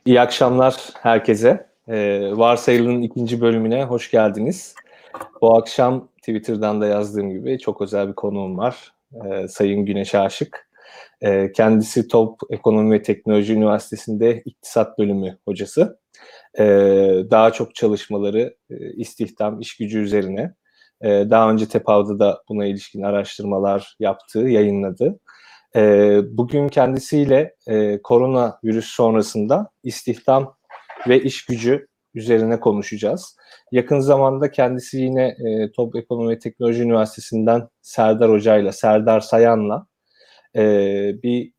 İyi akşamlar herkese. Varsayılanın ikinci bölümüne hoş geldiniz. Bu akşam Twitter'dan da yazdığım gibi çok özel bir konuğum var. Sayın Güneş Aşık. Kendisi Top Ekonomi ve Teknoloji Üniversitesi'nde İktisat Bölümü hocası. Daha çok çalışmaları istihdam, iş gücü üzerine. Daha önce TEPAV'da da buna ilişkin araştırmalar yaptı, yayınladı. Bugün kendisiyle koronavirüs sonrasında istihdam ve iş gücü üzerine konuşacağız. Yakın zamanda kendisi yine Top Ekonomi ve Teknoloji Üniversitesi'nden Serdar Sayan'la bir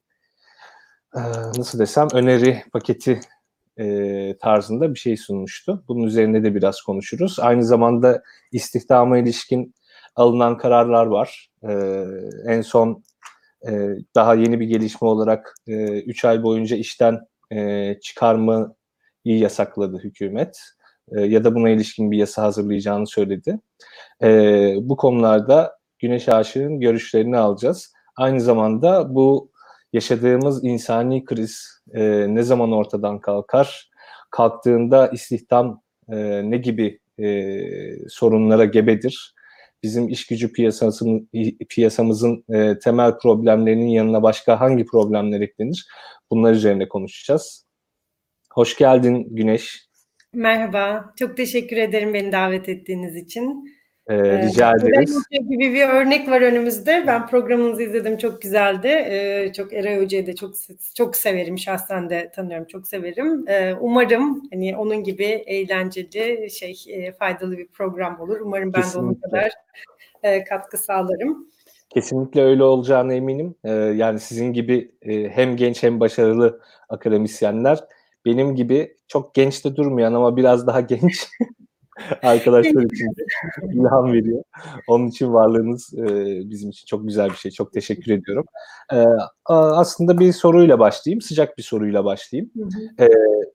nasıl desem öneri paketi tarzında bir şey sunmuştu. Bunun üzerine de biraz konuşuruz. Aynı zamanda istihdama ilişkin alınan kararlar var. En son daha yeni bir gelişme olarak 3 ay boyunca işten çıkarmayı yasakladı hükümet. Ya da buna ilişkin bir yasa hazırlayacağını söyledi. Bu konularda Güneş Aşık'ın görüşlerini alacağız. Aynı zamanda bu yaşadığımız insani kriz ne zaman ortadan kalkar? Kalktığında istihdam ne gibi sorunlara gebedir? Bizim iş gücü piyasamızın temel problemlerinin yanına başka hangi problemler eklenir? Bunlar üzerine konuşacağız. Hoş geldin Güneş. Merhaba, çok teşekkür ederim beni davet ettiğiniz için. Rica Eray ederiz. Hoca gibi bir örnek var önümüzde. Ben programınızı izledim, çok güzeldi. Çok Eray Hoca'yı da çok severim, şahsen de tanıyorum, çok severim. Umarım hani onun gibi eğlenceli, faydalı bir program olur. Umarım ben de onun Kesinlikle. kadar katkı sağlarım. Kesinlikle öyle olacağına eminim. Yani sizin gibi hem genç hem başarılı akademisyenler, benim gibi çok genç de durmayan ama biraz daha genç arkadaşlar için de ilham veriyor. Onun için varlığınız bizim için çok güzel bir şey. Çok teşekkür ediyorum. Aslında bir soruyla başlayayım. Sıcak bir soruyla başlayayım. Hı hı. E,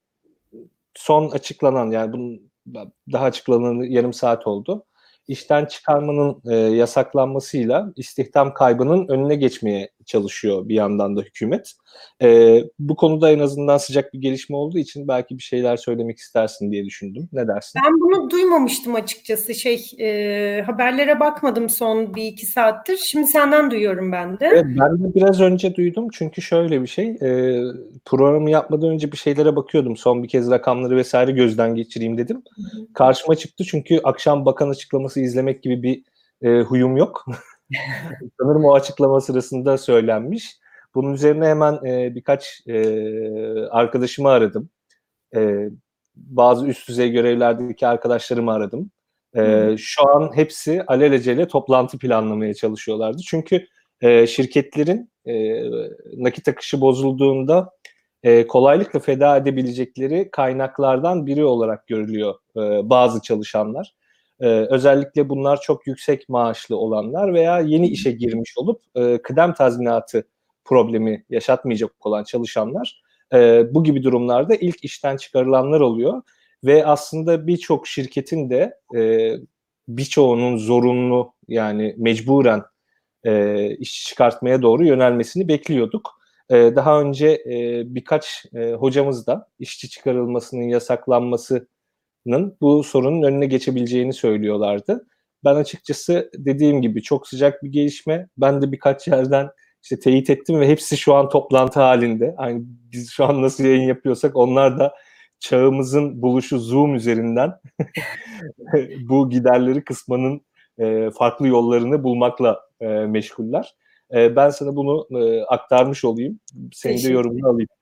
Son açıklanan, yani bunun daha açıklanalı yarım saat oldu. İşten çıkarmanın yasaklanmasıyla istihdam kaybının önüne geçmeye çalışıyor bir yandan da hükümet. Bu konuda en azından sıcak bir gelişme olduğu için belki bir şeyler söylemek istersin diye düşündüm. Ne dersin? Ben bunu duymamıştım açıkçası. Haberlere bakmadım son bir iki saattir. Şimdi senden duyuyorum ben Evet, de. ben de biraz önce duydum çünkü şöyle bir şey, programı yapmadan önce bir şeylere bakıyordum. Son bir kez rakamları vesaire gözden geçireyim dedim. Karşıma çıktı çünkü akşam bakan açıklaması izlemek gibi bir huyum yok. Sanırım o açıklama sırasında söylenmiş. Bunun üzerine hemen birkaç arkadaşımı aradım. Bazı üst düzey görevlerdeki arkadaşlarımı aradım. Şu an hepsi alelacele toplantı planlamaya çalışıyorlardı. Çünkü şirketlerin nakit akışı bozulduğunda kolaylıkla feda edebilecekleri kaynaklardan biri olarak görülüyor bazı çalışanlar. Özellikle bunlar çok yüksek maaşlı olanlar veya yeni işe girmiş olup kıdem tazminatı problemi yaşatmayacak olan çalışanlar. Bu gibi durumlarda ilk işten çıkarılanlar oluyor ve aslında birçok şirketin de birçoğunun zorunlu, yani mecburen işçi çıkartmaya doğru yönelmesini bekliyorduk. Daha önce birkaç hocamız da işçi çıkarılmasının yasaklanmasının bu sorunun önüne geçebileceğini söylüyorlardı. Ben açıkçası dediğim gibi çok sıcak bir gelişme. Ben de birkaç yerden işte teyit ettim ve hepsi şu an toplantı halinde. Yani biz şu an nasıl yayın yapıyorsak onlar da çağımızın buluşu Zoom üzerinden bu giderleri kısmanın farklı yollarını bulmakla meşguller. Ben sana bunu aktarmış olayım. Senin de Teşekkür. yorumunu alayım.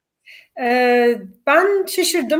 Ben şaşırdım.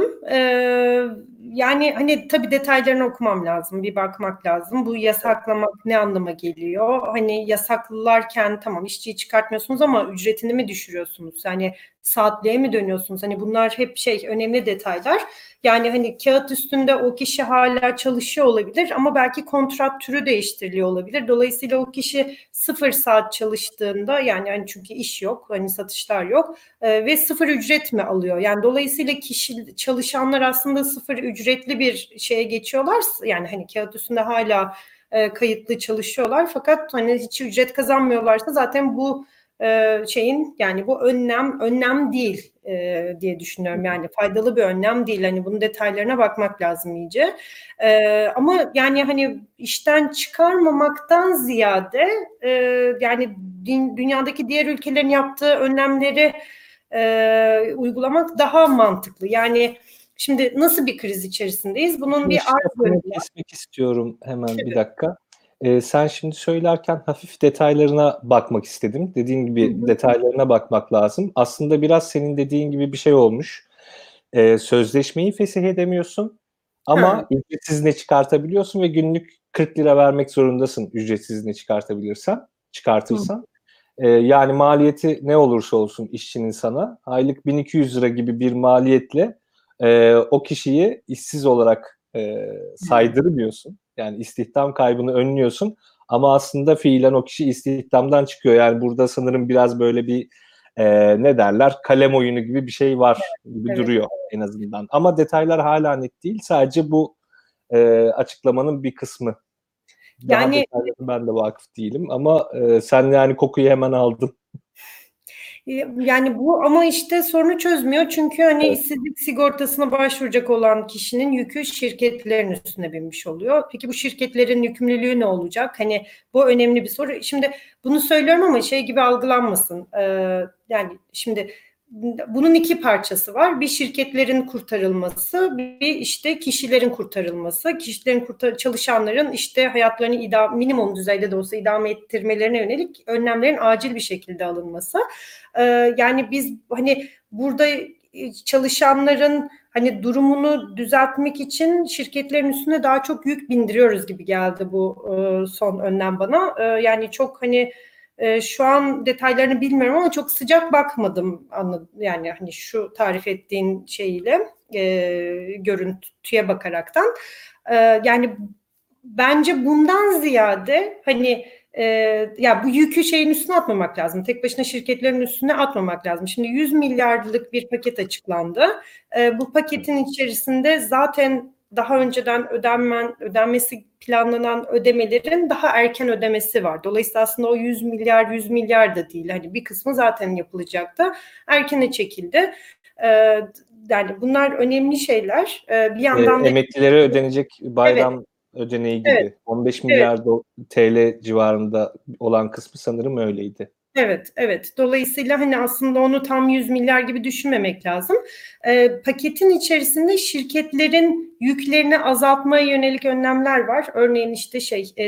Yani hani tabii detaylarını okumam lazım, bir bakmak lazım. Bu yasaklamak ne anlama geliyor? Hani yasaklarken tamam işçiyi çıkartmıyorsunuz ama ücretini mi düşürüyorsunuz? Yani saatliğe mi dönüyorsunuz? Hani bunlar hep önemli detaylar. Yani hani kağıt üstünde o kişi hala çalışıyor olabilir ama belki kontrat türü değiştiriliyor olabilir. Dolayısıyla o kişi 0 saat çalıştığında yani hani çünkü iş yok, hani satışlar yok ve sıfır ücret mi alıyor? Yani dolayısıyla çalışanlar aslında sıfır ücretli bir şeye geçiyorlar. Yani hani kağıt üstünde hala kayıtlı çalışıyorlar fakat hani hiç ücret kazanmıyorlarsa zaten bu yani bu önlem değil diye düşünüyorum. Yani faydalı bir önlem değil. Hani bunun detaylarına bakmak lazım iyice. Ama yani hani işten çıkarmamaktan ziyade yani dünyadaki diğer ülkelerin yaptığı önlemleri uygulamak daha mantıklı. Yani şimdi nasıl bir kriz içerisindeyiz? Bunun bir Şimdi arz lafını bölümü var. kesmek istiyorum hemen bir dakika. Sen şimdi söylerken hafif detaylarına bakmak istedim. Dediğin Hı gibi hı. detaylarına bakmak lazım. Aslında biraz senin dediğin gibi bir şey olmuş. Sözleşmeyi fesih edemiyorsun Ha. ama ücretsiz izne çıkartabiliyorsun ve günlük 40 lira vermek zorundasın ücretsiz izne Hı. çıkartırsan. Yani maliyeti ne olursa olsun işçinin sana aylık 1200 lira gibi bir maliyetle o kişiyi işsiz olarak saydırmıyorsun. Yani istihdam kaybını önlüyorsun ama aslında fiilen o kişi istihdamdan çıkıyor. Yani burada sanırım biraz böyle bir ne derler kalem oyunu gibi bir şey var gibi Evet. duruyor en azından. Ama detaylar hala net değil. Sadece bu açıklamanın bir kısmı. Daha Yani detaylarına ben de vakıf değilim ama sen yani kokuyu hemen aldın. Yani bu ama işte sorunu çözmüyor. Çünkü hani Evet. işsizlik sigortasına başvuracak olan kişinin yükü şirketlerin üstüne binmiş oluyor. Peki bu şirketlerin yükümlülüğü ne olacak? Hani bu önemli bir soru. Şimdi bunu söylüyorum ama şey gibi algılanmasın. Yani şimdi bunun iki parçası var. Bir şirketlerin kurtarılması, bir işte kişilerin kurtarılması. Çalışanların işte hayatlarını minimum düzeyde de olsa idame ettirmelerine yönelik önlemlerin acil bir şekilde alınması. Yani biz hani burada çalışanların hani durumunu düzeltmek için şirketlerin üstüne daha çok yük bindiriyoruz gibi geldi bu son önlem bana. Yani çok hani şu an detaylarını bilmiyorum ama çok sıcak bakmadım, yani hani şu tarif ettiğin şeyle görüntüye bakaraktan. Yani bence bundan ziyade hani ya bu yükü şeyin üstüne atmamak lazım. Tek başına şirketlerin üstüne atmamak lazım. Şimdi 100 milyarlık bir paket açıklandı. Bu paketin içerisinde zaten daha önceden ödenmesi planlanan ödemelerin daha erken ödemesi var. Dolayısıyla aslında o 100 milyar da değil. Hani bir kısmı zaten yapılacaktı. Erkene çekildi. Yani bunlar önemli şeyler. Bir yandan da Emeklilere ödenecek evet, bayram ödeneği evet, gibi. 15 evet. milyar TL civarında olan kısmı sanırım öyleydi. Evet, evet. Dolayısıyla hani aslında onu tam 100 milyar gibi düşünmemek lazım. Paketin içerisinde şirketlerin yüklerini azaltmaya yönelik önlemler var. Örneğin işte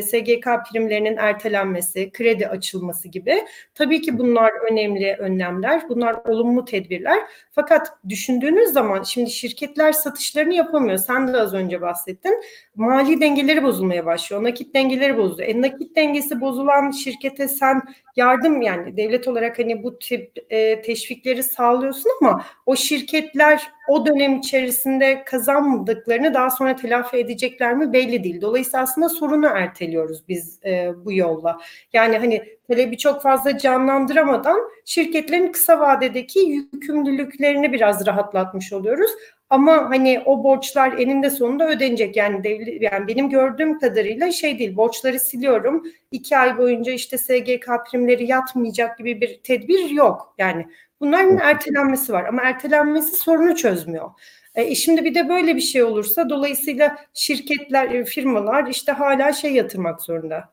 SGK primlerinin ertelenmesi, kredi açılması gibi. Tabii ki bunlar önemli önlemler. Bunlar olumlu tedbirler. Fakat düşündüğünüz zaman şimdi şirketler satışlarını yapamıyor. Sen de az önce bahsettin. Mali dengeleri bozulmaya başlıyor. Nakit dengeleri bozuluyor. Nakit dengesi bozulan şirkete sen yardım, yani devlet olarak hani bu tip teşvikleri sağlıyorsun ama o şirketler o dönem içerisinde kazanmadıklarını daha sonra telafi edecekler mi belli değil. Dolayısıyla aslında sorunu erteliyoruz biz bu yolla. Yani hani talebi çok fazla canlandıramadan şirketlerin kısa vadedeki yükümlülüklerini biraz rahatlatmış oluyoruz. Ama hani o borçlar eninde sonunda ödenecek. Yani benim gördüğüm kadarıyla şey değil, borçları siliyorum. 2 ay boyunca işte SGK primleri yatmayacak gibi bir tedbir yok. Yani bunların ertelenmesi var ama ertelenmesi sorunu çözmüyor. Şimdi bir de böyle bir şey olursa dolayısıyla şirketler, firmalar işte hala yatırmak zorunda.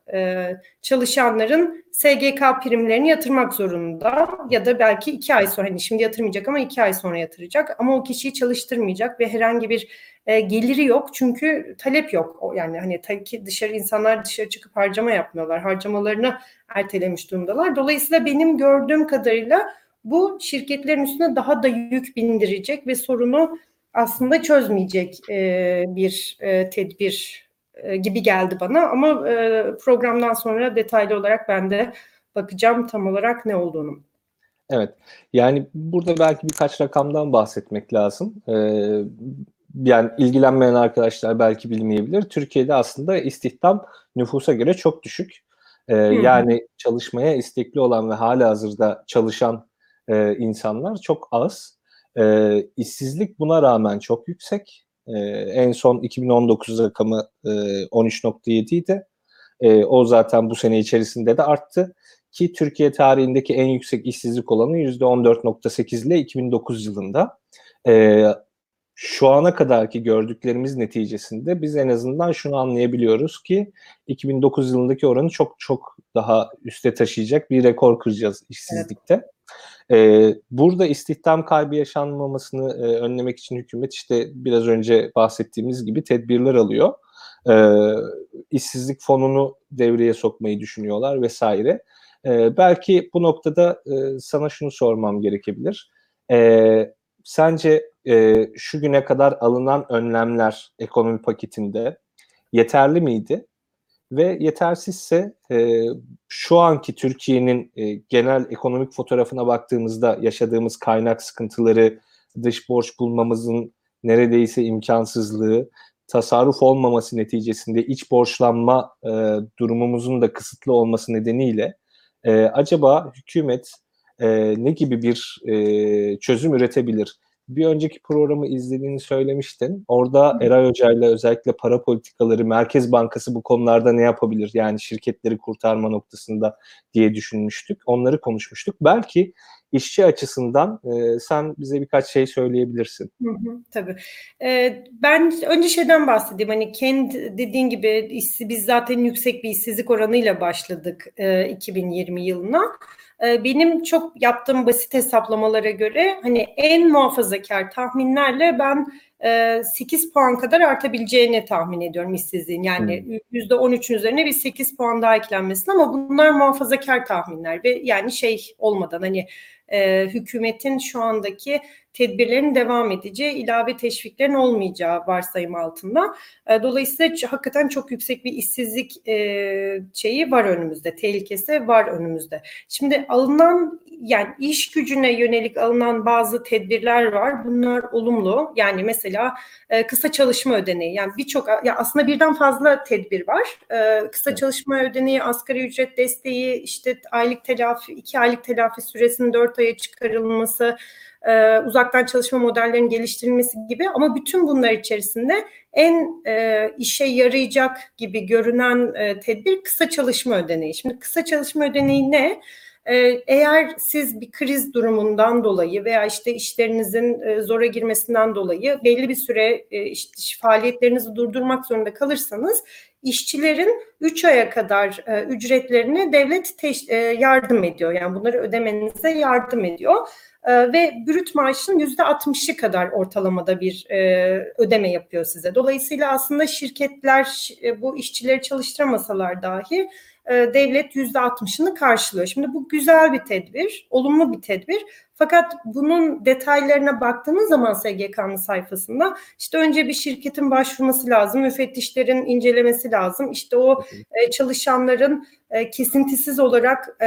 Çalışanların SGK primlerini yatırmak zorunda ya da belki 2 ay sonra, hani şimdi yatırmayacak ama 2 ay sonra yatıracak ama o kişiyi çalıştırmayacak ve herhangi bir geliri yok çünkü talep yok. Yani hani tabii ki insanlar dışarı çıkıp harcama yapmıyorlar. Harcamalarını ertelemiş durumdalar. Dolayısıyla benim gördüğüm kadarıyla bu şirketlerin üstüne daha da yük bindirecek ve sorunu aslında çözmeyecek bir tedbir gibi geldi bana. Ama programdan sonra detaylı olarak ben de bakacağım tam olarak ne olduğunu. Evet. Yani burada belki birkaç rakamdan bahsetmek lazım. Yani ilgilenmeyen arkadaşlar belki bilmeyebilir. Türkiye'de aslında istihdam nüfusa göre çok düşük. Yani çalışmaya istekli olan ve halihazırda çalışan insanlar çok az. İşsizlik buna rağmen çok yüksek. En son 2019 rakamı 13,7 idi. O zaten bu sene içerisinde de arttı. Ki Türkiye tarihindeki en yüksek işsizlik oranı %14.8 ile 2009 yılında. Şu ana kadarki gördüklerimiz neticesinde biz en azından şunu anlayabiliyoruz ki 2009 yılındaki oranı çok çok daha üste taşıyacak bir rekor kıracağız işsizlikte. Burada istihdam kaybı yaşanmamasını önlemek için hükümet işte biraz önce bahsettiğimiz gibi tedbirler alıyor. İşsizlik fonunu devreye sokmayı düşünüyorlar vesaire. Belki bu noktada sana şunu sormam gerekebilir. Sence şu güne kadar alınan önlemler ekonomi paketinde yeterli miydi? Ve yetersizse şu anki Türkiye'nin genel ekonomik fotoğrafına baktığımızda yaşadığımız kaynak sıkıntıları, dış borç bulmamızın neredeyse imkansızlığı, tasarruf olmaması neticesinde iç borçlanma durumumuzun da kısıtlı olması nedeniyle acaba hükümet ne gibi bir çözüm üretebilir? Bir önceki programı izlediğini söylemiştin. Orada Eray Hoca'yla özellikle para politikaları, Merkez Bankası bu konularda ne yapabilir? Yani şirketleri kurtarma noktasında diye düşünmüştük. Onları konuşmuştuk. Belki işçi açısından sen bize birkaç şey söyleyebilirsin. Tabii. Ben önce şeyden bahsedeyim. Hani kendi dediğin gibi biz zaten yüksek bir işsizlik oranıyla başladık 2020 yılına. Benim çok yaptığım basit hesaplamalara göre hani en muhafazakar tahminlerle ben 8 puan kadar artabileceğini tahmin ediyorum işsizliğin. Yani %13'ün üzerine bir 8 puan daha eklenmesini, ama bunlar muhafazakar tahminler ve yani şey olmadan hani hükümetin şu andaki tedbirlerin devam edeceği, ilave teşviklerin olmayacağı varsayım altında. Dolayısıyla hakikaten çok yüksek bir işsizlik şeyi var önümüzde, tehlikesi var önümüzde. Şimdi alınan, yani iş gücüne yönelik alınan bazı tedbirler var. Bunlar olumlu. Yani mesela kısa çalışma ödeneği. Yani birçok, ya aslında birden fazla tedbir var. Kısa çalışma ödeneği, asgari ücret desteği, işte aylık telafi, 2 aylık telafi süresinin 4 aya çıkarılması, uzaktan çalışma modellerinin geliştirilmesi gibi, ama bütün bunlar içerisinde en işe yarayacak gibi görünen tedbir kısa çalışma ödeneği. Şimdi kısa çalışma ödeneği ne? Eğer siz bir kriz durumundan dolayı veya işte işlerinizin zora girmesinden dolayı belli bir süre işte faaliyetlerinizi durdurmak zorunda kalırsanız, işçilerin 3 aya kadar ücretlerini devlet yardım ediyor. Yani bunları ödemenize yardım ediyor. Ve brüt maaşın %60'ı kadar ortalamada bir ödeme yapıyor size. Dolayısıyla aslında şirketler bu işçileri çalıştıramasalar dahi devlet %60'ını karşılıyor. Şimdi bu güzel bir tedbir, olumlu bir tedbir. Fakat bunun detaylarına baktığınız zaman SGK'nın sayfasında işte önce bir şirketin başvurması lazım, müfettişlerin incelemesi lazım. İşte o çalışanların kesintisiz olarak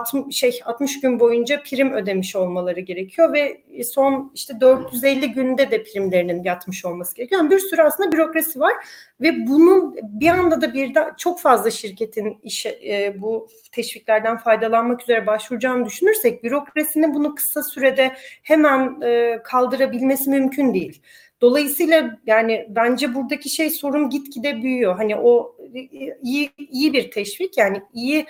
60 gün boyunca prim ödemiş olmaları gerekiyor ve son işte 450 günde de primlerinin yatmış olması gerekiyor. Yani bir sürü aslında bürokrasi var ve bunun bir anda da çok fazla şirketin bu teşviklerden faydalanmak üzere başvuracağını düşünürsek, bürokrasinin bunu kısa sürede hemen kaldırabilmesi mümkün değil. Dolayısıyla yani bence buradaki sorun gitgide büyüyor. Hani o iyi bir teşvik, yani iyi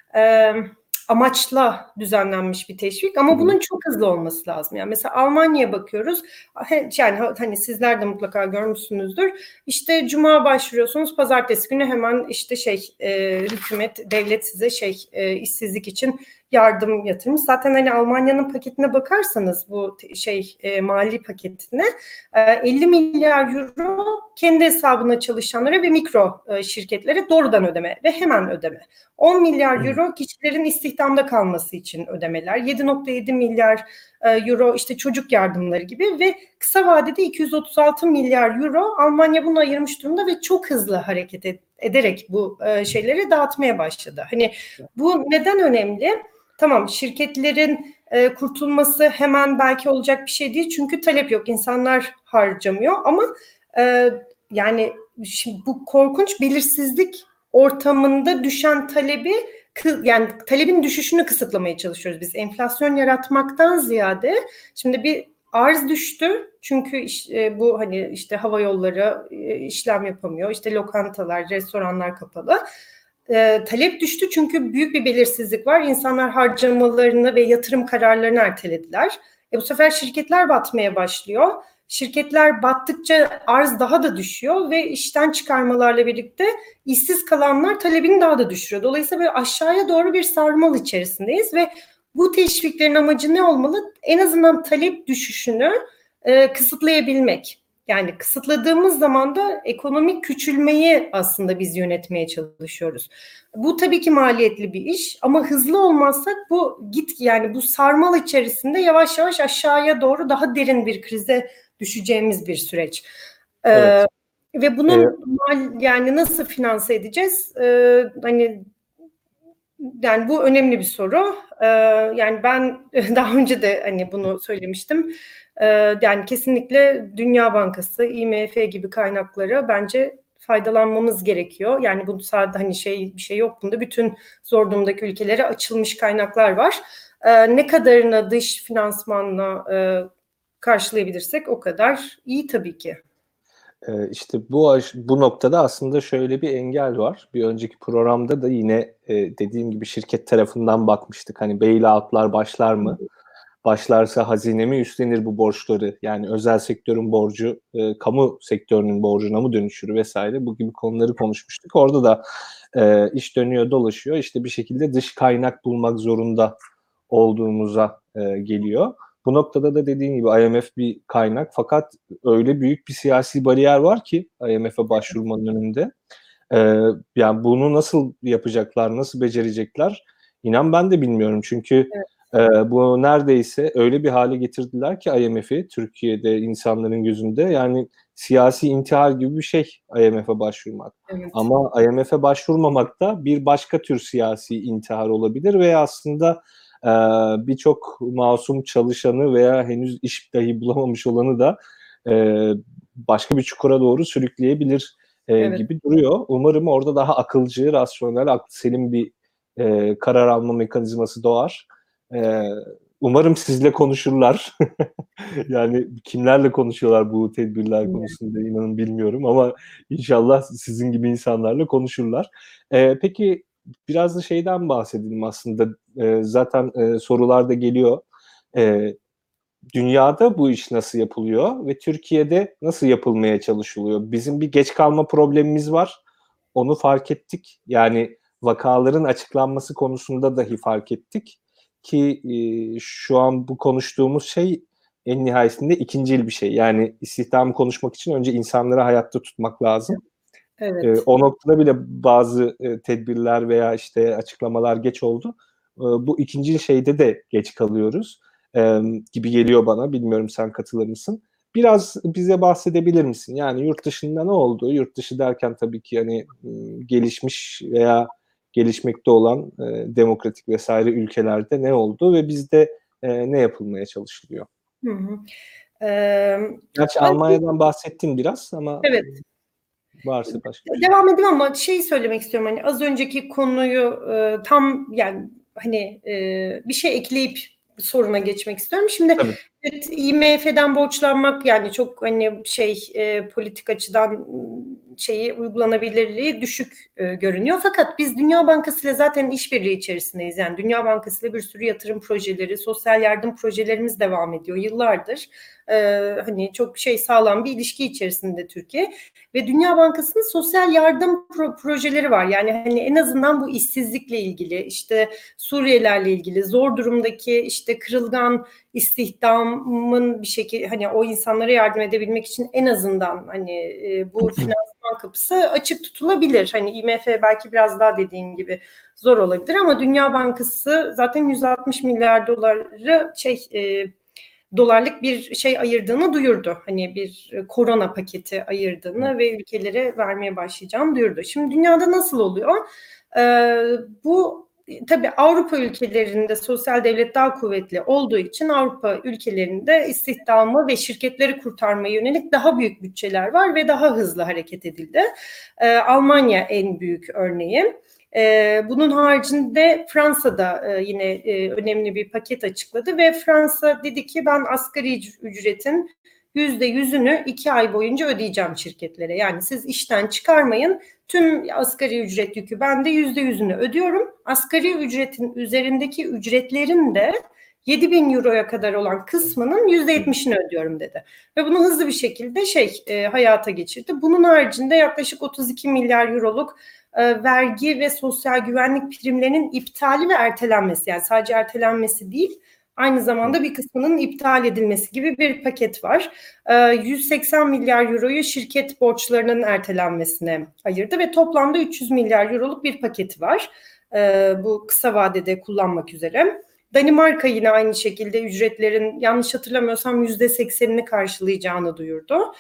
amaçla düzenlenmiş bir teşvik, ama bunun çok hızlı olması lazım. Yani mesela Almanya'ya bakıyoruz. Yani hani sizler de mutlaka görmüşsünüzdür. İşte cuma başvuruyorsunuz, pazartesi günü hemen işte hükümet, devlet size işsizlik için yardım yatırmış. Zaten hani Almanya'nın paketine bakarsanız, bu mali paketine 50 milyar euro kendi hesabına çalışanlara ve mikro şirketlere doğrudan ödeme ve hemen ödeme. 10 milyar euro kişilerin istihdamda kalması için ödemeler. 7,7 milyar euro işte çocuk yardımları gibi ve kısa vadede 236 milyar euro Almanya bunu ayırmış durumda ve çok hızlı hareket ederek bu şeyleri dağıtmaya başladı. Hani bu neden önemli? Tamam, şirketlerin kurtulması hemen belki olacak bir şey değil, çünkü talep yok, insanlar harcamıyor, ama yani şimdi bu korkunç belirsizlik ortamında düşen talebi, yani talebin düşüşünü kısıtlamaya çalışıyoruz biz. Enflasyon yaratmaktan ziyade şimdi bir arz düştü, çünkü bu hani işte hava yolları işlem yapamıyor, işte lokantalar, restoranlar kapalı. Talep düştü çünkü büyük bir belirsizlik var. İnsanlar harcamalarını ve yatırım kararlarını ertelediler. Bu sefer şirketler batmaya başlıyor. Şirketler battıkça arz daha da düşüyor ve işten çıkarmalarla birlikte işsiz kalanlar talebini daha da düşürüyor. Dolayısıyla böyle aşağıya doğru bir sarmal içerisindeyiz ve bu teşviklerin amacı ne olmalı? En azından talep düşüşünü kısıtlayabilmek. Yani kısıtladığımız zaman da ekonomik küçülmeyi aslında biz yönetmeye çalışıyoruz. Bu tabii ki maliyetli bir iş ama hızlı olmazsak yani bu sarmal içerisinde yavaş yavaş aşağıya doğru daha derin bir krize düşeceğimiz bir süreç. Evet. Ve bunun yani nasıl finanse edeceğiz? Yani bu önemli bir soru. Yani ben daha önce de hani bunu söylemiştim. Yani kesinlikle Dünya Bankası, IMF gibi kaynaklara bence faydalanmamız gerekiyor. Yani bu sadece hani bir şey yok bunda. Bütün zor durumdaki ülkelere açılmış kaynaklar var. Ne kadarını dış finansmanla karşılayabilirsek o kadar iyi tabii ki. İşte bu noktada aslında şöyle bir engel var. Bir önceki programda da yine dediğim gibi şirket tarafından bakmıştık. Hani bailout'lar başlar mı? Başlarsa hazine mi üstlenir bu borçları? Yani özel sektörün borcu, kamu sektörünün borcuna mı dönüşür vesaire? Bu gibi konuları konuşmuştuk. Orada da iş dönüyor dolaşıyor. İşte bir şekilde dış kaynak bulmak zorunda olduğumuza geliyor. Bu noktada da dediğim gibi IMF bir kaynak fakat öyle büyük bir siyasi bariyer var ki IMF'e başvurmanın önünde. Yani bunu nasıl yapacaklar, nasıl becerecekler? İnan ben de bilmiyorum çünkü bu neredeyse öyle bir hale getirdiler ki IMF'i Türkiye'de insanların gözünde yani siyasi intihar gibi bir şey IMF'e başvurmak. Evet. Ama IMF'e başvurmamak da bir başka tür siyasi intihar olabilir ve aslında birçok masum çalışanı veya henüz iş dahi bulamamış olanı da başka bir çukura doğru sürükleyebilir gibi duruyor. Umarım orada daha akılcı, rasyonel, aklı selim bir karar alma mekanizması doğar. Umarım sizle konuşurlar. Yani kimlerle konuşuyorlar bu tedbirler konusunda inanın bilmiyorum ama inşallah sizin gibi insanlarla konuşurlar. Peki biraz da şeyden bahsedelim aslında. Zaten sorular da geliyor. Dünyada bu iş nasıl yapılıyor ve Türkiye'de nasıl yapılmaya çalışılıyor? Bizim bir geç kalma problemimiz var. Onu fark ettik. Yani vakaların açıklanması konusunda dahi fark ettik ki şu an bu konuştuğumuz şey en nihayetinde ikincil bir şey. Yani istihdamı konuşmak için önce insanları hayatta tutmak lazım. Evet. O noktada bile bazı tedbirler veya işte açıklamalar geç oldu. Bu ikincil şeyde de geç kalıyoruz gibi geliyor bana. Bilmiyorum sen katılır mısın? Biraz bize bahsedebilir misin? Yani yurt dışında ne oldu? Yurt dışı derken tabii ki hani gelişmiş veya gelişmekte olan demokratik vesaire ülkelerde ne oldu ve bizde ne yapılmaya çalışılıyor? Hı hı. Gerçi Almanya'dan bahsettin biraz ama Evet. varsa başka bir şey. Devam edeyim ama şeyi söylemek istiyorum hani az önceki konuyu tam yani hani bir şey ekleyip soruna geçmek istiyorum. Şimdi Tabii. evet, IMF'den borçlanmak yani çok hani politik açıdan şeyi uygulanabilirliği düşük görünüyor. Fakat biz Dünya Bankası ile zaten işbirliği içerisindeyiz. Yani Dünya Bankası ile bir sürü yatırım projeleri, sosyal yardım projelerimiz devam ediyor yıllardır. Hani çok sağlam bir ilişki içerisinde Türkiye ve Dünya Bankası'nın sosyal yardım projeleri var. Yani hani en azından bu işsizlikle ilgili, işte Suriyelilerle ilgili, zor durumdaki işte kırılgan istihdamın bir şekilde hani o insanlara yardım edebilmek için en azından hani bu finansman kapısı açık tutulabilir. Hani IMF belki biraz daha dediğin gibi zor olabilir ama Dünya Bankası zaten 160 milyar doları dolarlık bir şey ayırdığını duyurdu. Hani bir korona paketi ayırdığını ve ülkelere vermeye başlayacağını duyurdu. Şimdi dünyada nasıl oluyor? Bu tabii Avrupa ülkelerinde sosyal devlet daha kuvvetli olduğu için Avrupa ülkelerinde istihdamı ve şirketleri kurtarmaya yönelik daha büyük bütçeler var ve daha hızlı hareket edildi. Almanya en büyük örneği. Bunun haricinde Fransa'da yine önemli bir paket açıkladı ve Fransa dedi ki ben asgari ücretin %100'ünü 2 ay boyunca ödeyeceğim şirketlere. Yani siz işten çıkarmayın, tüm asgari ücret yükü ben de %100'ünü ödüyorum. Asgari ücretin üzerindeki ücretlerin de 7.000 euroya kadar olan kısmının %70'ini ödüyorum dedi. Ve bunu hızlı bir şekilde hayata geçirdi. Bunun haricinde yaklaşık 32 milyar euroluk vergi ve sosyal güvenlik primlerinin iptali ve ertelenmesi, yani sadece ertelenmesi değil, aynı zamanda bir kısmının iptal edilmesi gibi bir paket var. 180 milyar euroyu şirket borçlarının ertelenmesine ayırdı ve toplamda 300 milyar euroluk bir paketi var. Bu kısa vadede kullanmak üzere. Danimarka yine aynı şekilde ücretlerin yanlış hatırlamıyorsam %80'ini karşılayacağını duyurdu.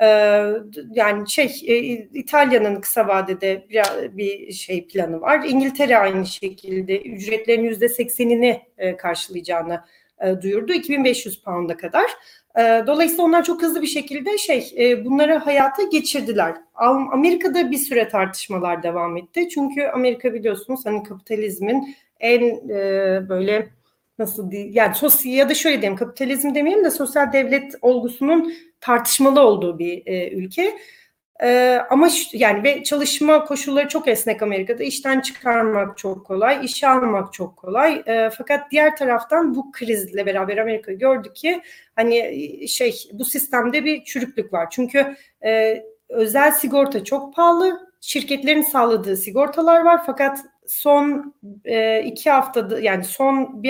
Yani İtalya'nın kısa vadede bir planı var. İngiltere aynı şekilde ücretlerin %80'ini karşılayacağını duyurdu. 2.500 pound'a kadar. Dolayısıyla onlar çok hızlı bir şekilde bunları hayata geçirdiler. Amerika'da bir süre tartışmalar devam etti. Çünkü Amerika biliyorsunuz hani kapitalizmin en böyle nasıl diyeyim, yani ya da şöyle diyeyim, kapitalizm demeyeyim de sosyal devlet olgusunun tartışmalı olduğu bir ülke. Ama yani ve çalışma koşulları çok esnek Amerika'da. İşten çıkarmak çok kolay, işe almak çok kolay. Fakat diğer taraftan bu krizle beraber Amerika gördü ki hani bu sistemde bir çürüklük var. Çünkü özel sigorta çok pahalı. Şirketlerin sağladığı sigortalar var fakat son 2 haftada, yani son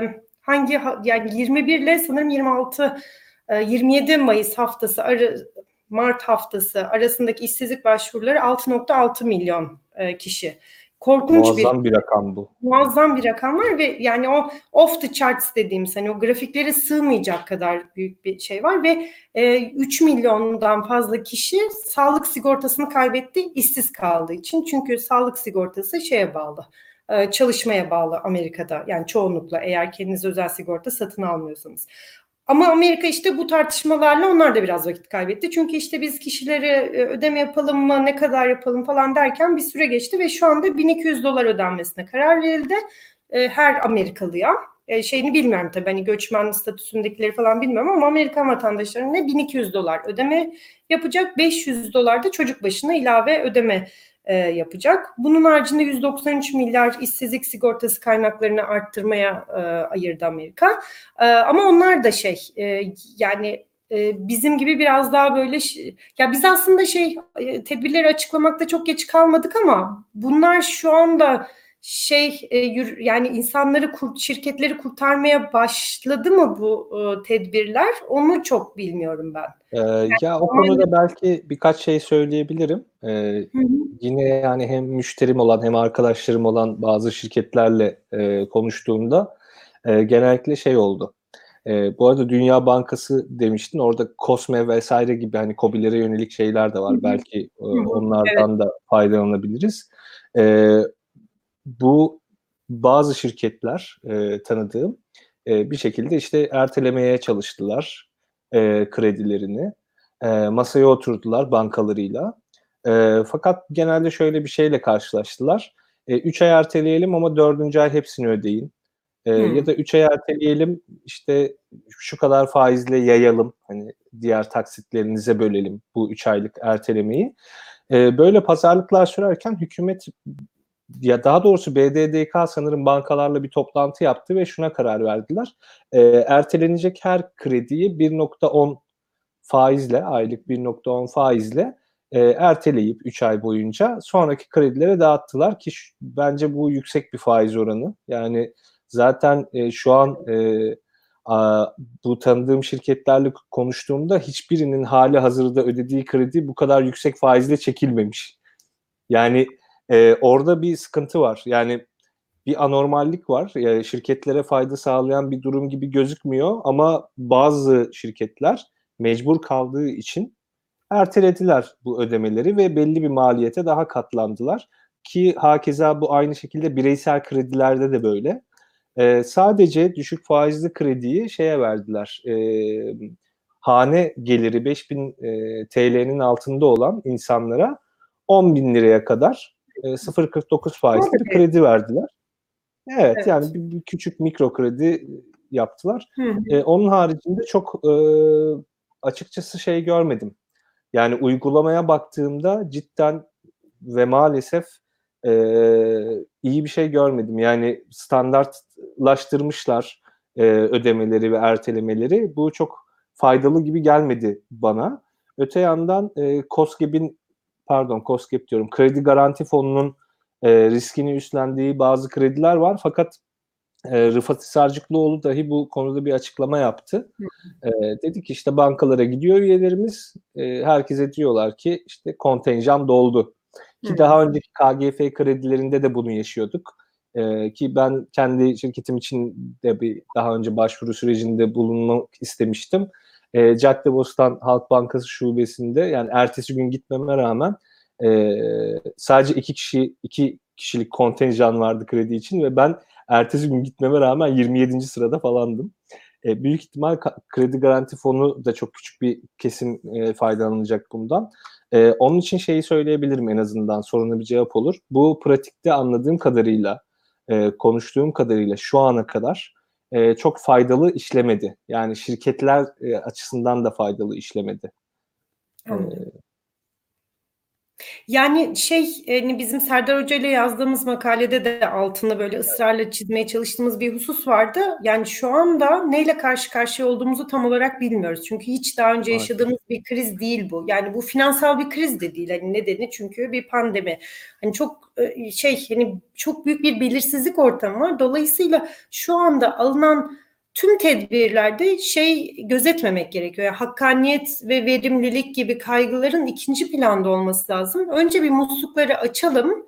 yani 21 ile sanırım 27 Mayıs haftası Mart haftası arasındaki işsizlik başvuruları 6.6 milyon kişi. Korkunç muazzam bir rakam bu. Muazzam bir rakam var ve yani o off the charts dediğimiz hani o grafiklere sığmayacak kadar büyük bir şey var ve 3 milyondan fazla kişi sağlık sigortasını kaybetti işsiz kaldığı için. Çünkü sağlık sigortası bağlı. Çalışmaya bağlı Amerika'da, yani çoğunlukla, eğer kendiniz özel sigorta satın almıyorsanız. Ama Amerika bu tartışmalarla onlar da biraz vakit kaybetti. Çünkü biz kişilere ödeme yapalım mı, ne kadar yapalım falan derken bir süre geçti ve şu anda $1.200 ödenmesine karar verildi her Amerikalıya. Şeyini bilmiyorum tabii, hani göçmen statüsündekileri falan bilmiyorum ama Amerikan vatandaşlarına $1.200 ödeme yapacak, $500 da çocuk başına ilave ödeme yapacak. Bunun haricinde 193 milyar işsizlik sigortası kaynaklarını arttırmaya ayırdı Amerika. Ama onlar da yani bizim gibi biraz daha böyle ya biz aslında tedbirleri açıklamakta çok geç kalmadık ama bunlar şu anda yani insanları şirketleri kurtarmaya başladı mı bu tedbirler? Onu çok bilmiyorum ben. Ya o konuda belki birkaç şey söyleyebilirim. Yine yani hem müşterim olan hem arkadaşlarım olan bazı şirketlerle konuştuğumda genellikle oldu. Bu arada Dünya Bankası demiştin. Orada COSME vesaire gibi hani KOBİ'lere yönelik şeyler de var. Belki onlardan da faydalanabiliriz. Bu bazı şirketler tanıdığım bir şekilde ertelemeye çalıştılar kredilerini. Masaya oturdular bankalarıyla. Fakat genelde şöyle bir şeyle karşılaştılar. 3 ay erteleyelim ama 4. ay hepsini ödeyin. Ya da 3 ay erteleyelim, şu kadar faizle yayalım. Hani diğer taksitlerinize bölelim bu 3 aylık ertelemeyi. Böyle pazarlıklar sürerken hükümet, ya daha doğrusu BDDK sanırım bankalarla bir toplantı yaptı ve şuna karar verdiler. Ertelenecek her krediyi 1.10 faizle, aylık 1.10 faizle erteleyip 3 ay boyunca sonraki kredilere dağıttılar ki bence bu yüksek bir faiz oranı. Yani zaten şu an bu tanıdığım şirketlerle konuştuğumda hiçbirinin hali hazırda ödediği kredi bu kadar yüksek faizle çekilmemiş. Yani orada bir sıkıntı var. Yani bir anormallik var. Yani şirketlere fayda sağlayan bir durum gibi gözükmüyor ama bazı şirketler mecbur kaldığı için ertelediler bu ödemeleri ve belli bir maliyete daha katlandılar. Ki hakeza bu aynı şekilde bireysel kredilerde de böyle. Sadece düşük faizli krediyi verdiler. Hane geliri 5.000 TL'nin altında olan insanlara 10.000 liraya kadar 0.49 faizli bir kredi verdiler. Evet. Yani bir küçük mikro kredi yaptılar. Onun haricinde çok açıkçası şey görmedim. Yani uygulamaya baktığımda cidden ve maalesef iyi bir şey görmedim. Yani standartlaştırmışlar ödemeleri ve ertelemeleri. Bu çok faydalı gibi gelmedi bana. Öte yandan KOSGEB diyorum, Kredi Garanti Fonu'nun riskini üstlendiği bazı krediler var. Fakat Rıfat Hisarcıklıoğlu dahi bu konuda bir açıklama yaptı. Dedi ki işte bankalara gidiyor üyelerimiz, herkese diyorlar ki işte kontenjan doldu. Ki daha önceki KGF kredilerinde de bunu yaşıyorduk. Ki ben kendi şirketim için de bir daha önce başvuru sürecinde bulunmak istemiştim. Caddebostan Halk Bankası şubesinde, yani ertesi gün gitmeme rağmen sadece iki kişilik kontenjan vardı kredi için ve ben ertesi gün gitmeme rağmen 27. sırada falandım. Büyük ihtimal Kredi Garanti Fonu da çok küçük bir kesim faydalanacak bundan. Onun için şeyi söyleyebilirim, en azından soruna bir cevap olur. Bu pratikte anladığım kadarıyla, konuştuğum kadarıyla şu ana kadar çok faydalı işlemedi. Yani şirketler açısından da faydalı işlemedi. Yani hani bizim Serdar Hoca ile yazdığımız makalede de altını böyle ısrarla çizmeye çalıştığımız bir husus vardı. Yani şu anda neyle karşı karşıya olduğumuzu tam olarak bilmiyoruz. Çünkü hiç daha önce yaşadığımız bir kriz değil bu. Yani bu finansal bir kriz de değil. Hani nedeni çünkü bir pandemi. Hani çok hani çok büyük bir belirsizlik ortamı var. Dolayısıyla şu anda alınan tüm tedbirlerde gözetmemek gerekiyor. Yani hakkaniyet ve verimlilik gibi kaygıların ikinci planda olması lazım. Önce bir muslukları açalım,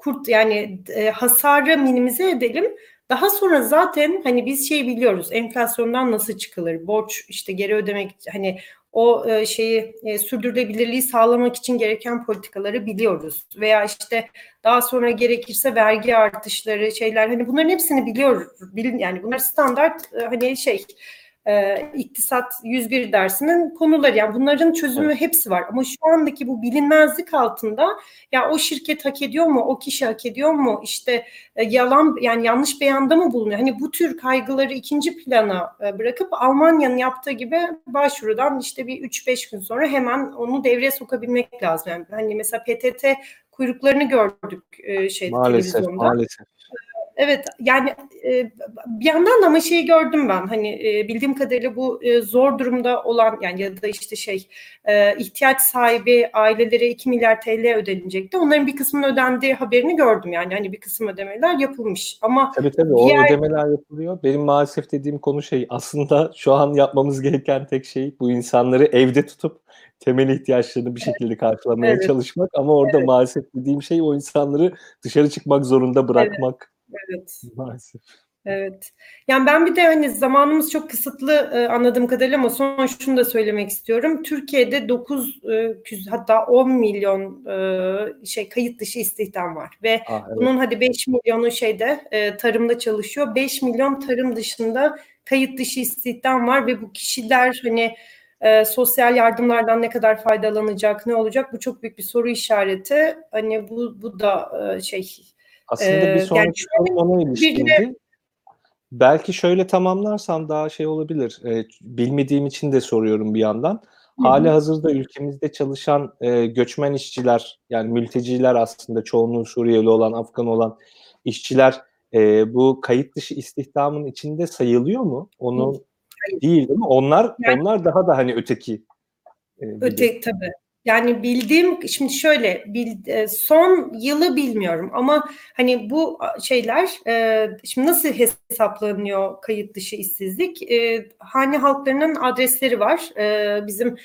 hasarı minimize edelim. Daha sonra zaten hani biz biliyoruz, enflasyondan nasıl çıkılır, borç işte geri ödemek, hani o sürdürülebilirliği sağlamak için gereken politikaları biliyoruz. Veya işte daha sonra gerekirse vergi artışları, hani bunların hepsini biliyoruz. Yani bunlar standart hani İktisat 101 dersinin konuları. Yani bunların çözümü hepsi var. Ama şu andaki bu bilinmezlik altında ya o şirket hak ediyor mu? O kişi hak ediyor mu? İşte yanlış beyanda mı bulunuyor? Hani bu tür kaygıları ikinci plana bırakıp Almanya'nın yaptığı gibi başvurudan işte bir 3-5 gün sonra hemen onu devreye sokabilmek lazım. Yani hani mesela PTT kuyruklarını gördük televizyonda. Maalesef. Evet, yani bir yandan da ama gördüm ben, hani bildiğim kadarıyla bu zor durumda olan, yani ya da işte ihtiyaç sahibi ailelere 2 milyar TL ödenecekti. Onların bir kısmının ödendiği haberini gördüm, yani hani bir kısım ödemeler yapılmış ama tabii o ödemeler yapılıyor. Benim maalesef dediğim konu aslında şu an yapmamız gereken tek şey bu insanları evde tutup temel ihtiyaçlarını bir şekilde karşılamaya çalışmak, ama orada maalesef dediğim şey o insanları dışarı çıkmak zorunda bırakmak. Evet. Maalesef. Evet. Yani ben bir de hani zamanımız çok kısıtlı anladığım kadarıyla, ama son şunu da söylemek istiyorum. Türkiye'de 9 hatta 10 milyon kayıt dışı istihdam var ve bunun hadi 5 milyonu tarımda çalışıyor. 5 milyon tarım dışında kayıt dışı istihdam var ve bu kişiler hani sosyal yardımlardan ne kadar faydalanacak, ne olacak? Bu çok büyük bir soru işareti. Hani bu da aslında bir sonraki sorun ona ilişkindi. Belki şöyle tamamlarsam daha olabilir. Bilmediğim için de soruyorum bir yandan. Halihazırda ülkemizde çalışan göçmen işçiler, yani mülteciler, aslında çoğunluğu Suriyeli olan, Afgan olan işçiler bu kayıt dışı istihdamın içinde sayılıyor mu? Onu değil mi? Onlar daha da hani öteki. Tabii. Yani bildiğim, şimdi son yılı bilmiyorum ama hani bu şeyler şimdi nasıl hesaplanıyor kayıt dışı işsizlik? Hane halklarının adresleri var. Bizim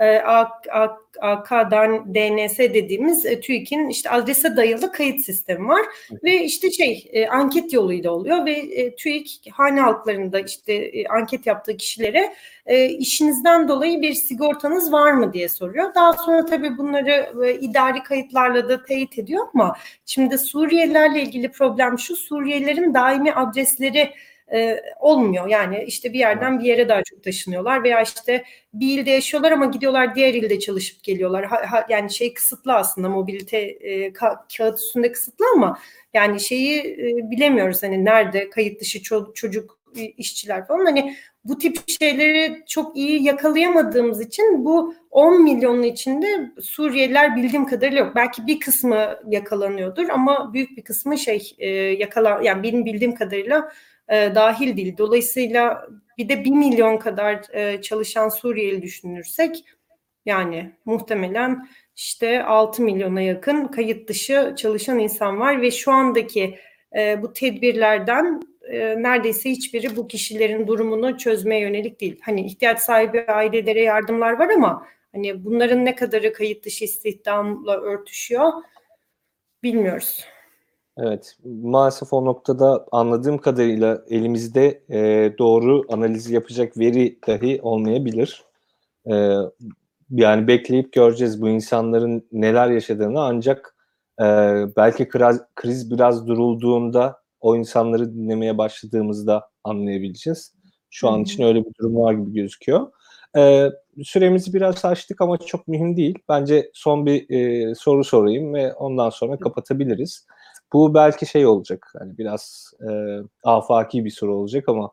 AK'dan DNS dediğimiz TÜİK'in işte adrese dayalı kayıt sistemi var ve işte anket yoluyla oluyor ve TÜİK hane halklarında işte anket yaptığı kişilere işinizden dolayı bir sigortanız var mı diye soruyor. Daha sonra tabii bunları idari kayıtlarla da teyit ediyor, ama şimdi Suriyelilerle ilgili problem şu: Suriyelilerin daimi adresleri olmuyor. Yani işte bir yerden bir yere daha çok taşınıyorlar veya işte bir ilde yaşıyorlar ama gidiyorlar diğer ilde çalışıp geliyorlar. Yani kısıtlı aslında, mobilite kağıt üstünde kısıtlı, ama yani bilemiyoruz hani nerede kayıt dışı çocuk işçiler falan, hani bu tip şeyleri çok iyi yakalayamadığımız için bu 10 milyonun içinde Suriyeliler bildiğim kadarıyla yok. Belki bir kısmı yakalanıyordur ama büyük bir kısmı yani benim bildiğim kadarıyla dahil değil. Dolayısıyla bir de 1 milyon kadar çalışan Suriyeli düşünürsek, yani muhtemelen işte 6 milyona yakın kayıt dışı çalışan insan var ve şu andaki bu tedbirlerden neredeyse hiçbiri bu kişilerin durumunu çözmeye yönelik değil. Hani ihtiyaç sahibi ailelere yardımlar var ama hani bunların ne kadarı kayıt dışı istihdamla örtüşüyor bilmiyoruz. Evet, maalesef o noktada anladığım kadarıyla elimizde doğru analizi yapacak veri dahi olmayabilir. E, Yani bekleyip göreceğiz bu insanların neler yaşadığını, ancak belki kriz biraz durulduğunda o insanları dinlemeye başladığımızda anlayabileceğiz. Şu an için öyle bir durum var gibi gözüküyor. Süremizi biraz açtık ama çok mühim değil. Bence son bir soru sorayım ve ondan sonra kapatabiliriz. Bu belki şey olacak, hani biraz afaki bir soru olacak ama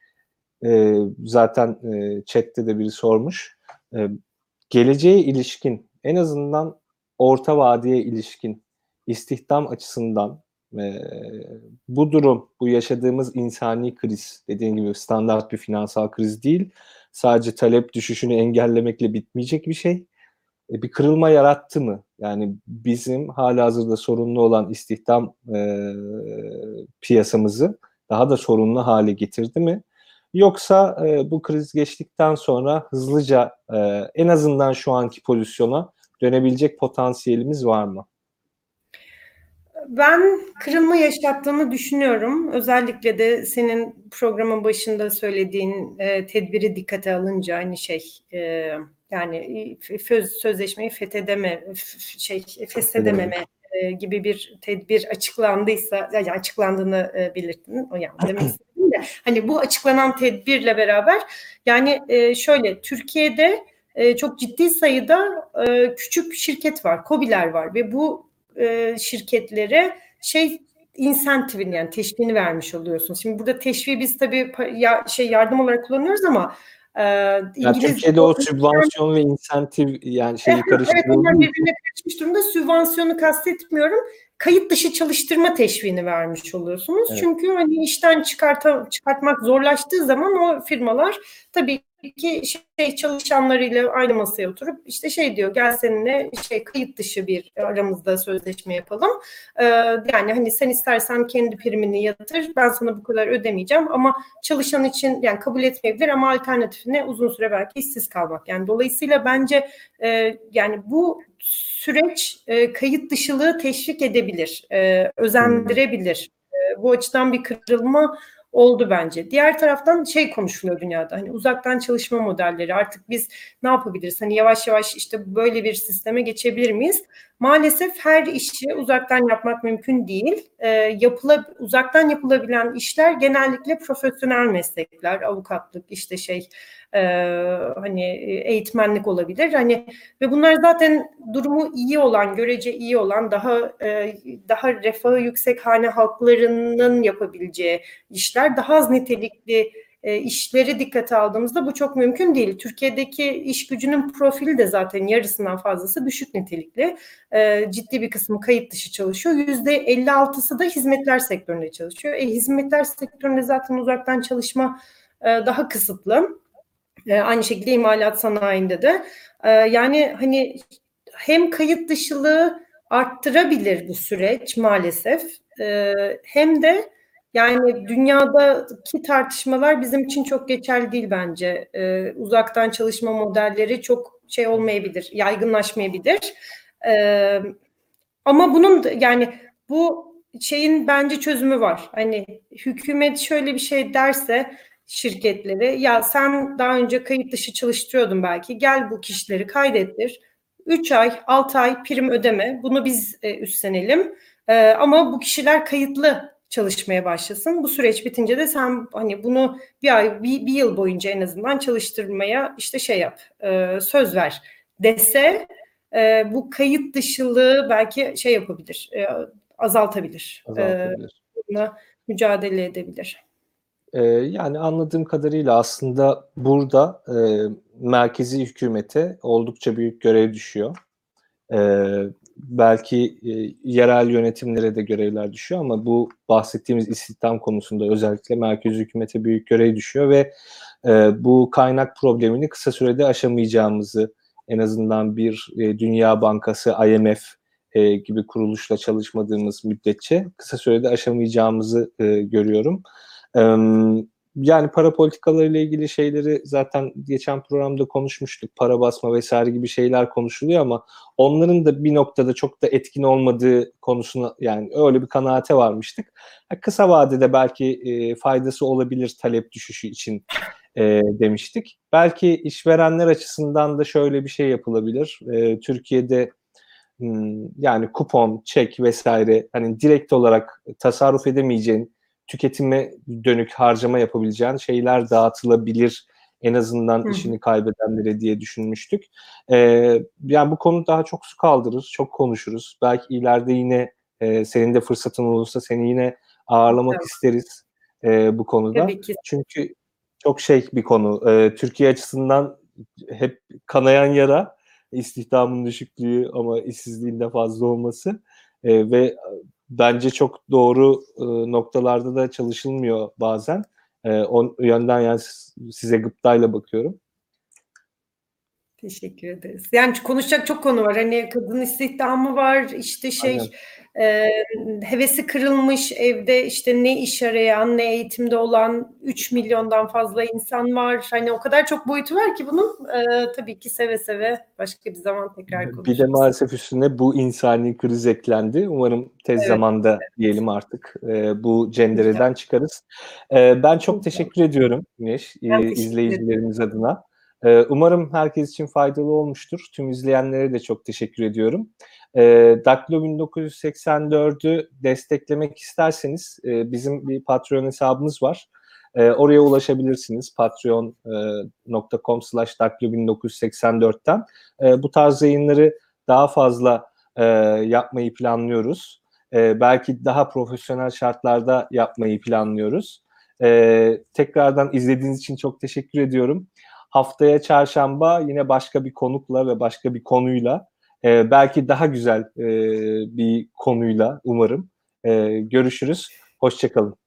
zaten chatte de biri sormuş. E, Geleceğe ilişkin, en azından orta vadeye ilişkin istihdam açısından e, bu durum, bu yaşadığımız insani kriz, dediğim gibi standart bir finansal kriz değil, sadece talep düşüşünü engellemekle bitmeyecek bir şey. Bir kırılma yarattı mı? Yani bizim halihazırda sorunlu olan istihdam piyasamızı daha da sorunlu hale getirdi mi? Yoksa bu kriz geçtikten sonra hızlıca en azından şu anki pozisyona dönebilecek potansiyelimiz var mı? Ben kırılma yaşattığını düşünüyorum. Özellikle de senin programın başında söylediğin tedbiri dikkate alınca, aynı yani sözleşmeyi feshedememe gibi bir tedbir açıklandıysa, yani açıklandığını belirttin. O yani demek istedim de, hani bu açıklanan tedbirle beraber, yani şöyle, Türkiye'de çok ciddi sayıda küçük şirket var, KOBİ'ler var ve bu şirketlere insentifini, yani teşviğini vermiş oluyorsun. Şimdi burada teşviği biz tabii yardım olarak kullanıyoruz ama Yani Türkiye'de o sübvansiyon ve insentif, yani şeyi evet, onlar karıştırıldığı için. birbirine karışmış durumda. Sübvansiyonu kastetmiyorum. Kayıt dışı çalıştırma teşviğini vermiş oluyorsunuz. Evet. Çünkü hani işten çıkartmak zorlaştığı zaman o firmalar tabii ki çalışanlarıyla aynı masaya oturup işte diyor, gel seninle kayıt dışı bir aramızda sözleşme yapalım. Yani hani sen istersen kendi primini yatır, ben sana bu kadar ödemeyeceğim ama çalışan için yani kabul etmeyebilir ama alternatifine uzun süre belki işsiz kalmak. Yani dolayısıyla bence yani bu süreç kayıt dışılığı teşvik edebilir, özendirebilir. Bu açıdan bir kırılma oldu bence. Diğer taraftan konuşuluyor dünyada. Hani uzaktan çalışma modelleri. Artık biz ne yapabiliriz? Hani yavaş yavaş işte böyle bir sisteme geçebilir miyiz? Maalesef her işi uzaktan yapmak mümkün değil. Uzaktan yapılabilen işler genellikle profesyonel meslekler, avukatlık, işte hani eğitmenlik olabilir. Hani ve bunlar zaten durumu iyi olan, görece iyi olan, daha refahı yüksek hane halklarının yapabileceği işler. Daha az nitelikli işleri dikkate aldığımızda bu çok mümkün değil. Türkiye'deki iş gücünün profili de zaten yarısından fazlası düşük nitelikli. Ciddi bir kısmı kayıt dışı çalışıyor. %56'sı da hizmetler sektöründe çalışıyor. Hizmetler sektöründe zaten uzaktan çalışma daha kısıtlı. Aynı şekilde imalat sanayinde de. Yani hani hem kayıt dışılığı arttırabilir bu süreç maalesef, hem de yani dünyadaki tartışmalar bizim için çok geçerli değil bence. Uzaktan çalışma modelleri çok olmayabilir, yaygınlaşmayabilir. Ama bunun yani bu bence çözümü var. Hani hükümet şöyle bir şey derse şirketlere, ya sen daha önce kayıt dışı çalıştırıyordun belki, gel bu kişileri kaydettir. 3 ay, 6 ay prim ödeme. Bunu biz üstlenelim. Ama bu kişiler kayıtlı çalışmaya başlasın. Bu süreç bitince de sen hani bunu bir yıl boyunca en azından çalıştırmaya yap, söz ver dese, bu kayıt dışılığı belki yapabilir, azaltabilir. Azaltabilir. Buna mücadele edebilir. Yani anladığım kadarıyla aslında burada merkezi hükümete oldukça büyük görev düşüyor. Belki yerel yönetimlere de görevler düşüyor ama bu bahsettiğimiz istihdam konusunda özellikle merkezi hükümete büyük görev düşüyor ve bu kaynak problemini kısa sürede aşamayacağımızı, en azından bir Dünya Bankası, IMF gibi kuruluşla çalışmadığımız müddetçe kısa sürede aşamayacağımızı görüyorum. Yani para politikalarıyla ilgili şeyleri zaten geçen programda konuşmuştuk. Para basma vesaire gibi şeyler konuşuluyor ama onların da bir noktada çok da etkin olmadığı konusuna, yani öyle bir kanaate varmıştık. Kısa vadede belki faydası olabilir talep düşüşü için demiştik. Belki işverenler açısından da şöyle bir şey yapılabilir. Türkiye'de yani kupon, çek vesaire, hani direkt olarak tasarruf edemeyeceğin, tüketime dönük harcama yapabileceğin şeyler dağıtılabilir, en azından işini kaybedenlere diye düşünmüştük. Yani bu konu daha çok su kaldırır, çok konuşuruz. Belki ileride yine senin de fırsatın olursa seni yine ağırlamak Evet. isteriz bu konuda. Tabii ki. Çünkü çok şey bir konu. Türkiye açısından hep kanayan yara, istihdamın düşüklüğü ama işsizliğin de fazla olması ve bence çok doğru noktalarda da çalışılmıyor bazen. O yönden yani size gıptayla bakıyorum. Teşekkür ederiz. Yani konuşacak çok konu var. Hani kadın istihdamı var, işte hevesi kırılmış evde, işte ne iş arayan, ne eğitimde olan 3 milyondan fazla insan var. Hani o kadar çok boyutu var ki bunun. Tabii ki seve seve başka bir zaman tekrar Bir de konuşuruz. maalesef üstüne bu insani kriz eklendi. Umarım tez zamanda diyelim artık bu cendereden çıkarız. Ben çok teşekkür ediyorum Güneş, izleyicilerimiz adına. Umarım herkes için faydalı olmuştur. Tüm izleyenlere de çok teşekkür ediyorum. Daktilo 1984'ü desteklemek isterseniz bizim bir Patreon hesabımız var. Oraya ulaşabilirsiniz. patreon.com/daktilo1984'ten. Bu tarz yayınları daha fazla yapmayı planlıyoruz. Belki daha profesyonel şartlarda yapmayı planlıyoruz. Tekrardan izlediğiniz için çok teşekkür ediyorum. Haftaya çarşamba yine başka bir konukla ve başka bir konuyla, belki daha güzel bir konuyla umarım görüşürüz. Hoşça kalın.